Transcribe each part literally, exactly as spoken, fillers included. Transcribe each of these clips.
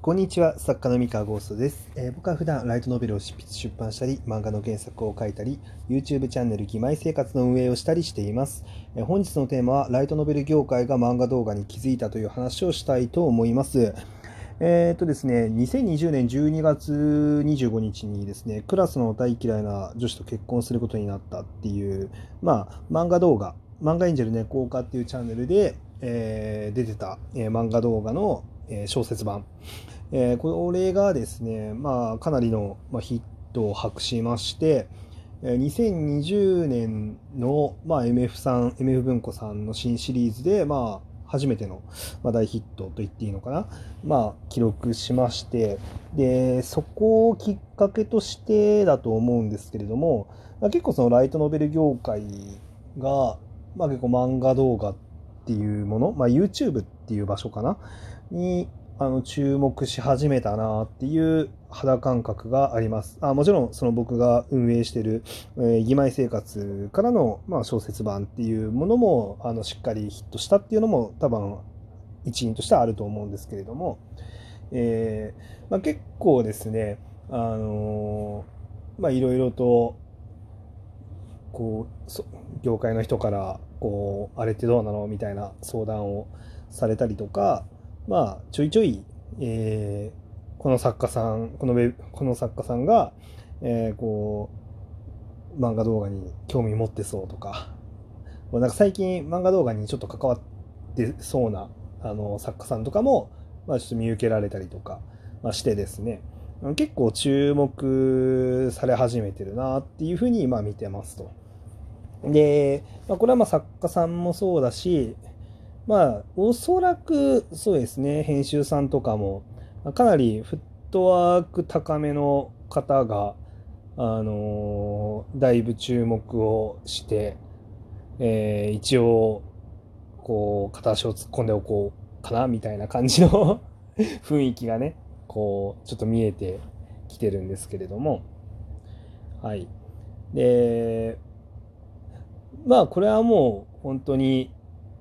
こんにちは、作家の三河ゴーストです、えー僕は普段ライトノベルを執筆出版したり、漫画の原作を書いたり、YouTube チャンネル義妹生活の運営をしたりしています。えー本日のテーマは、ライトノベル業界が漫画動画に気づいたという話をしたいと思います。えーっとですね、にせんにじゅうねんじゅうにがつにじゅうごにちにですね、クラスの大嫌いな女子と結婚することになったっていう、まあ、漫画動画、漫画エンジェル猫岡っていうチャンネルで、えー出てた、えー漫画動画の、えー小説版。えーこれがですね、まあ、かなりのまあヒットを博しまして、えーにせんにじゅうねんの、まあ、エムエフ さん、エムエフ 文庫さんの新シリーズで、まあ、初めての、まあ、大ヒットと言っていいのかな、まあ、記録しまして、で、そこをきっかけとしてだと思うんですけれども、まあ、結構そのライトノベル業界が、まあ、結構漫画動画っていうもの、まあ、YouTube っていう場所かなにあの注目し始めたなっていう肌感覚があります。あもちろんその僕が運営している、えー、義妹生活からの、まあ、小説版っていうものもあのしっかりヒットしたっていうのも多分一因としてはあると思うんですけれども、えーまあ、結構ですね、あのーまあいろいろとこうそ業界の人からこうあれってどうなのみたいな相談をされたりとか、まあちょいちょい、えーこの作家さんこのウェブこの作家さんが、えーこう漫画動画に興味持ってそうとか、なんか最近漫画動画にちょっと関わってそうなあの作家さんとかも、まあ、ちょっと見受けられたりとか、まあ、してですね、結構注目され始めてるなっていうふうに今見てますと。で、まあ、これはまあ作家さんもそうだし、まあ、おそらくそうですね、編集さんとかも、かなりフットワーク高めの方が、あのーだいぶ注目をして、えー一応、こう、片足を突っ込んでおこうかな、みたいな感じの雰囲気がね、こう、ちょっと見えてきてるんですけれども、はい。で、まあ、これはもう、本当に、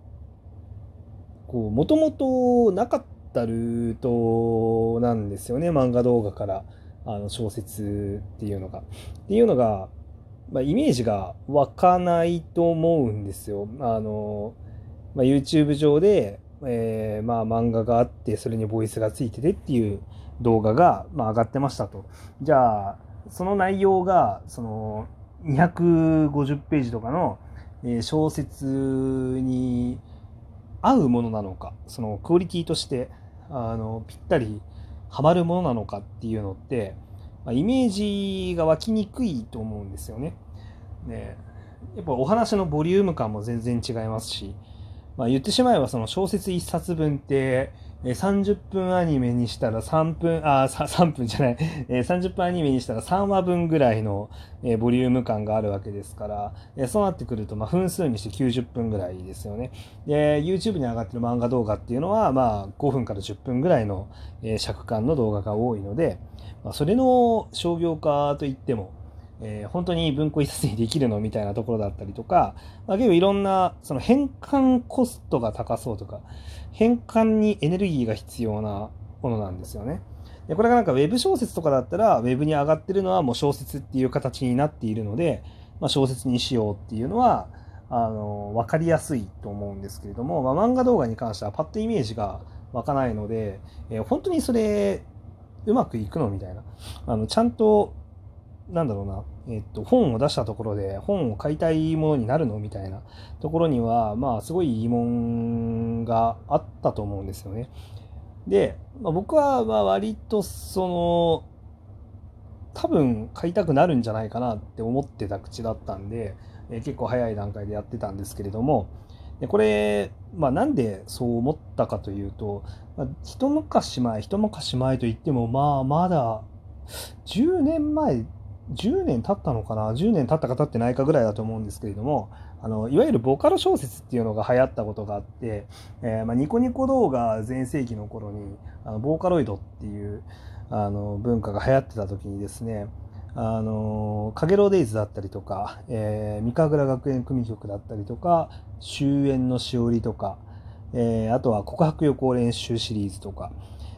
こう、もともとなかったルートなんですよね、漫画動画からあの小説っていうのが。っていうのが、まあ、イメージが湧かないと思うんですよ。あの、まあ、YouTube 上で、えーまあ、漫画があって、それにボイスがついててっていう動画が、まあ、上がってましたと。じゃあ、その内容が、その、にひゃくごじゅうページとかの、えー小説に合うものなのか、そのクオリティとしてあのぴったりハマるものなのかっていうのって、まあ、イメージが湧きにくいと思うんですよね。でやっぱお話のボリューム感も全然違いますし、まあ、言ってしまえばその小説いっさつぶんってさんじゅっぷんアニメにしたらさんぷん、あ、さんぷんじゃない、さんじゅっぷんアニメにしたらさんわぶんぐらいのボリューム感があるわけですから、そうなってくるとまあ分数にしてきゅうじゅっぷんぐらいですよね。で、YouTube に上がってる漫画動画っていうのはまあごふんからじゅっぷんぐらいの尺感の動画が多いので、まあ、それの商業化といっても、えー、本当に文庫一冊にできるのみたいなところだったりとか、まあ、結構いろんなその変換コストが高そうとか、変換にエネルギーが必要なものなんですよね。でこれがなんかウェブ小説とかだったら、ウェブに上がってるのはもう小説っていう形になっているので、まあ、小説にしようっていうのは、あの、わかりやすいと思うんですけれども、まあ、漫画動画に関してはパッとイメージが湧かないので、えー本当にそれ、うまくいくのみたいな。あの、ちゃんとなんだろうな、えっと、本を出したところで本を買いたいものになるのみたいなところには、まあ、すごい疑問があったと思うんですよね。で、まあ、僕はまあ割とその、多分買いたくなるんじゃないかなって思ってた口だったんで、えー結構早い段階でやってたんですけれども、でこれ、まあ、なんでそう思ったかというと、まあ、一昔前、一昔前といっても、まあ、まだじゅうねんまえ、じゅうねん経ったのかな、じゅうねん経ったか経ってないかぐらいだと思うんですけれども、あのいわゆるボカロ小説っていうのが流行ったことがあって、えーまあ、ニコニコ動画全盛期の頃にあのボーカロイドっていうあの文化が流行ってた時にですね、あのかげろうデイズだったりとか、えー、三神楽学園組曲だったりとか、終焉のしおりとか、えーあとは告白予行練習シリーズとか、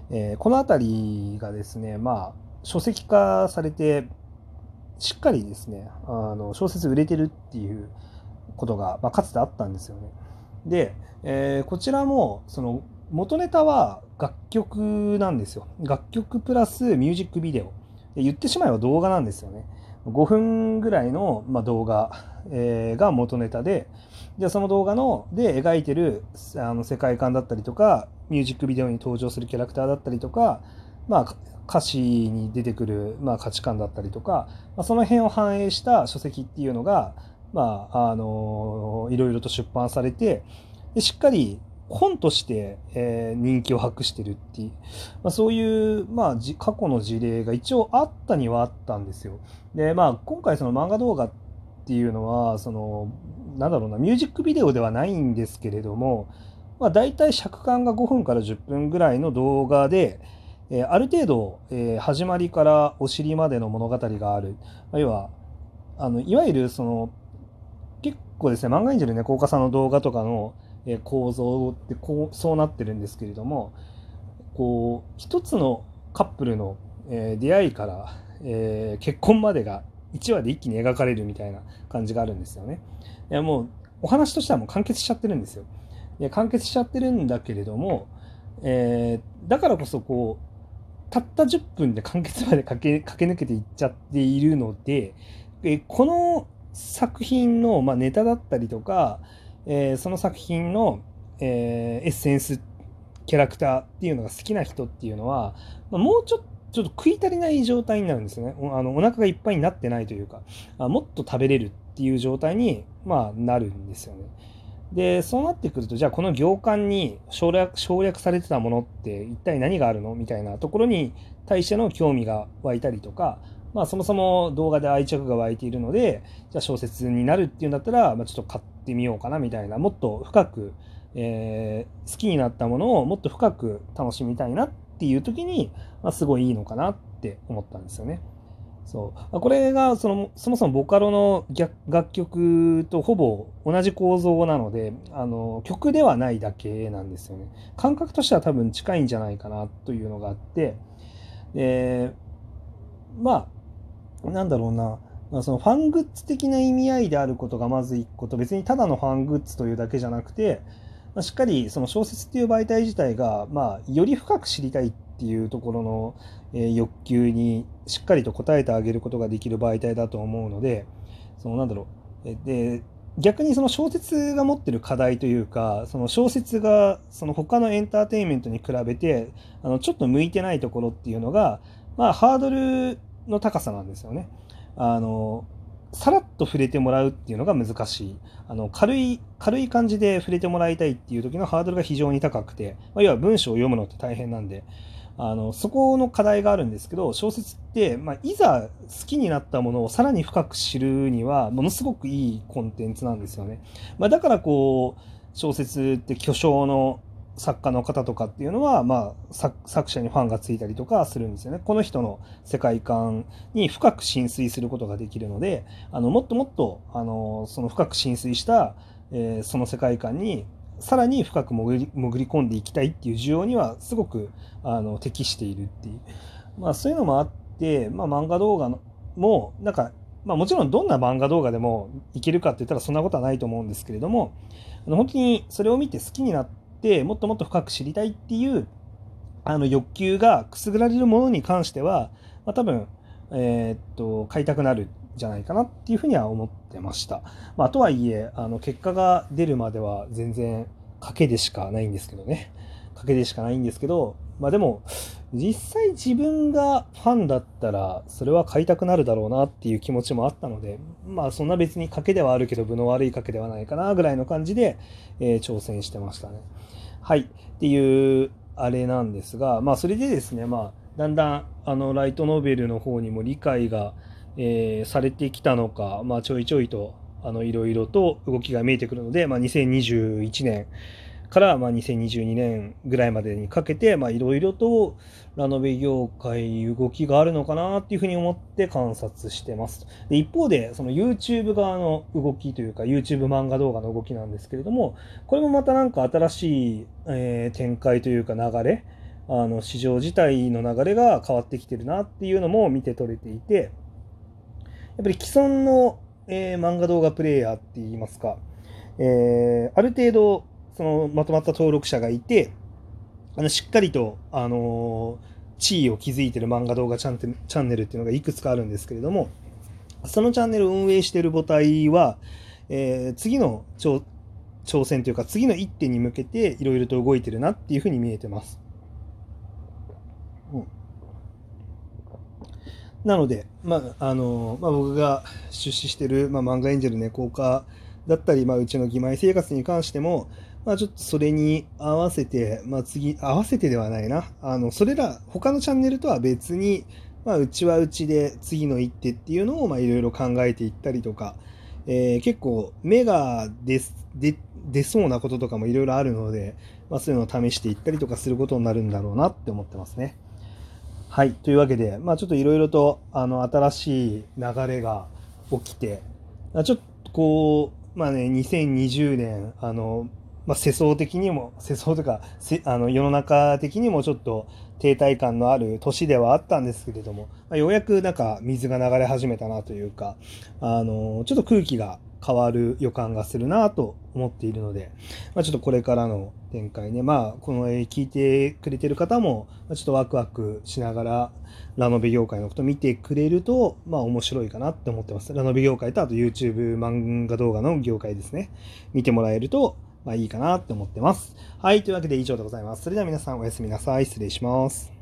えーこのあたりがですね、まあ、書籍化されて、しっかりですね、あの小説売れてるっていうことが、まあ、かつてあったんですよね。で、えーこちらもその元ネタは楽曲なんですよ。楽曲プラスミュージックビデオ。で言ってしまえば動画なんですよね。ごふんぐらいの、まあ、動画、えーが元ネタで、でその動画ので描いてるあの世界観だったりとか、ミュージックビデオに登場するキャラクターだったりとか、まあ、歌詞に出てくる、まあ、価値観だったりとか、まあ、その辺を反映した書籍っていうのが、まあ、あのいろいろと出版されて、でしっかり本として、えー人気を博してるっていう、まあ、そういう、まあ、じ過去の事例が一応あったにはあったんですよ。で、まあ、今回その漫画動画っていうのは、その、なんだろうな、ミュージックビデオではないんですけれども、まあ、大体尺間がごふんからじゅっぷんぐらいの動画で、えーある程度、えー始まりからお尻までの物語がある。まあ要は、あのいわゆるその結構ですね、漫画演じる猫岡さんの動画とかのえー構造ってこうそうなってるんですけれども、こう一つのカップルの、えー出会いから、えー結婚までがいちわで一気に描かれるみたいな感じがあるんですよね。いやもうお話としてはもう完結しちゃってるんですよ。で完結しちゃってるんだけれども、えーだからこそこうたったじゅっぷんで完結まで駆け駆け抜けていっちゃっているので、えこの作品の、まあ、ネタだったりとか、えーその作品の、えーエッセンスキャラクターっていうのが好きな人っていうのは、まあ、もうちょっとちょっと食い足りない状態になるんですよね。おあのお腹がいっぱいになってないというか、あもっと食べれるっていう状態に、まあ、なるんですよね。で、そうなってくると、じゃあこの行間に省略、省略されてたものって一体何があるのみたいなところに対しての興味が湧いたりとか、まあそもそも動画で愛着が湧いているので、じゃあ小説になるっていうんだったら、まあ、ちょっと買ってみようかなみたいな、もっと深く、えー好きになったものをもっと深く楽しみたいなっていう時に、まあ、すごいいいのかなって思ったんですよね。そうこれがそのそもそもボカロの逆楽曲とほぼ同じ構造なので、あの曲ではないだけなんですよね。感覚としては多分近いんじゃないかなというのがあって、でまあなんだろうな、まあそのファングッズ的な意味合いであることがまず一個と、別にただのファングッズというだけじゃなくて、まあしっかりその小説っていう媒体自体が、まあ、より深く知りたいっていうところの、えー欲求にしっかりと応えてあげることができる媒体だと思うので、そのなんだろう、えで逆にその小説が持ってる課題というか、その小説がその他のエンターテインメントに比べてあのちょっと向いてないところっていうのが、まあ、ハードルの高さなんですよね。あのさらっと触れてもらうっていうのが難しい。あの軽い軽い感じで触れてもらいたいっていう時のハードルが非常に高くて、まあ、要は文章を読むのって大変なんで、あのそこの課題があるんですけど、小説って、まあ、いざ好きになったものをさらに深く知るにはものすごくいいコンテンツなんですよね。まあ、だからこう小説って巨匠の作家の方とかっていうのは、まあ、作作者にファンがついたりとかするんですよね。この人の世界観に深く浸水することができるので、あのもっともっとあのその深く浸水した、えーその世界観にさらに深く潜り潜り込んでいきたいっていう需要にはすごくあの適しているっていう、まあ、そういうのもあって、まあ、漫画動画のもなんか、まあ、もちろんどんな漫画動画でもいけるかって言ったらそんなことはないと思うんですけれども、あの本当にそれを見て好きになってもっともっと深く知りたいっていうあの欲求がくすぐられるものに関しては、まあ、多分、えーっと買いたくなるんじゃないかなっていうふうには思ってました。まあ、とはいえあの結果が出るまでは全然賭けでしかないんですけどね。賭けでしかないんですけど、まあでも実際自分がファンだったらそれは買いたくなるだろうなっていう気持ちもあったので、まあそんな別に賭けではあるけど分の悪い賭けではないかなぐらいの感じで、えー挑戦してましたね。はい。っていうあれなんですが、まあそれでですね、まあだんだんあのライトノベルの方にも理解が、えーされてきたのか、まあちょいちょいとあのいろいろと動きが見えてくるので、まあにせんにじゅういちねんからまあにせんにじゅうにねんぐらいまでにかけて、まあいろいろとラノベ業界動きがあるのかなっていうふうに思って観察してます。で一方でその YouTube 側の動きというか YouTube 漫画動画の動きなんですけれども、これもまたなんか新しい、えー展開というか流れあの市場自体の流れが変わってきてるなっていうのも見て取れていて、やっぱり既存の、えー漫画動画プレイヤーって言いますか、えーある程度そのまとまった登録者がいて、あのしっかりと、あのー地位を築いてる漫画動画チャンネルチャンネルっていうのがいくつかあるんですけれども、そのチャンネルを運営している母体は、えー次の挑挑戦というか次の一手に向けていろいろと動いてるなっていうふうに見えてます。うん、なので、まああのまあ、僕が出資している、まあ、漫画エンジェル猫化だったり、まあ、うちの義妹生活に関しても、まあ、ちょっとそれに合わせて、まあ、次、合わせてではないな、あのそれら、他のチャンネルとは別に、まあ、うちはうちで次の一手っていうのをいろいろ考えていったりとか、えー結構目が出出出そうなこととかもいろいろあるので、まあ、そういうのを試していったりとかすることになるんだろうなって思ってますね。はい。というわけで、まあちょっといろいろと、あの、新しい流れが起きて、あちょっとこう、まあね、にせんにじゅうねん、あの、まあ世相的にも、世相というか、せあの、世の中的にもちょっと停滞感のある年ではあったんですけれども、まあ、ようやくなんか水が流れ始めたなというか、あの、ちょっと空気が変わる予感がするなと思っているので、まあ、ちょっとこれからの展開ね、まあ、この聞いてくれてる方も、ちょっとワクワクしながら、ラノベ業界のことを見てくれると、まあ面白いかなって思ってます。ラノベ業界と、あと YouTube 漫画動画の業界ですね。見てもらえると、まあいいかなって思ってます。はい、というわけで以上でございます。それでは皆さんおやすみなさい。失礼します。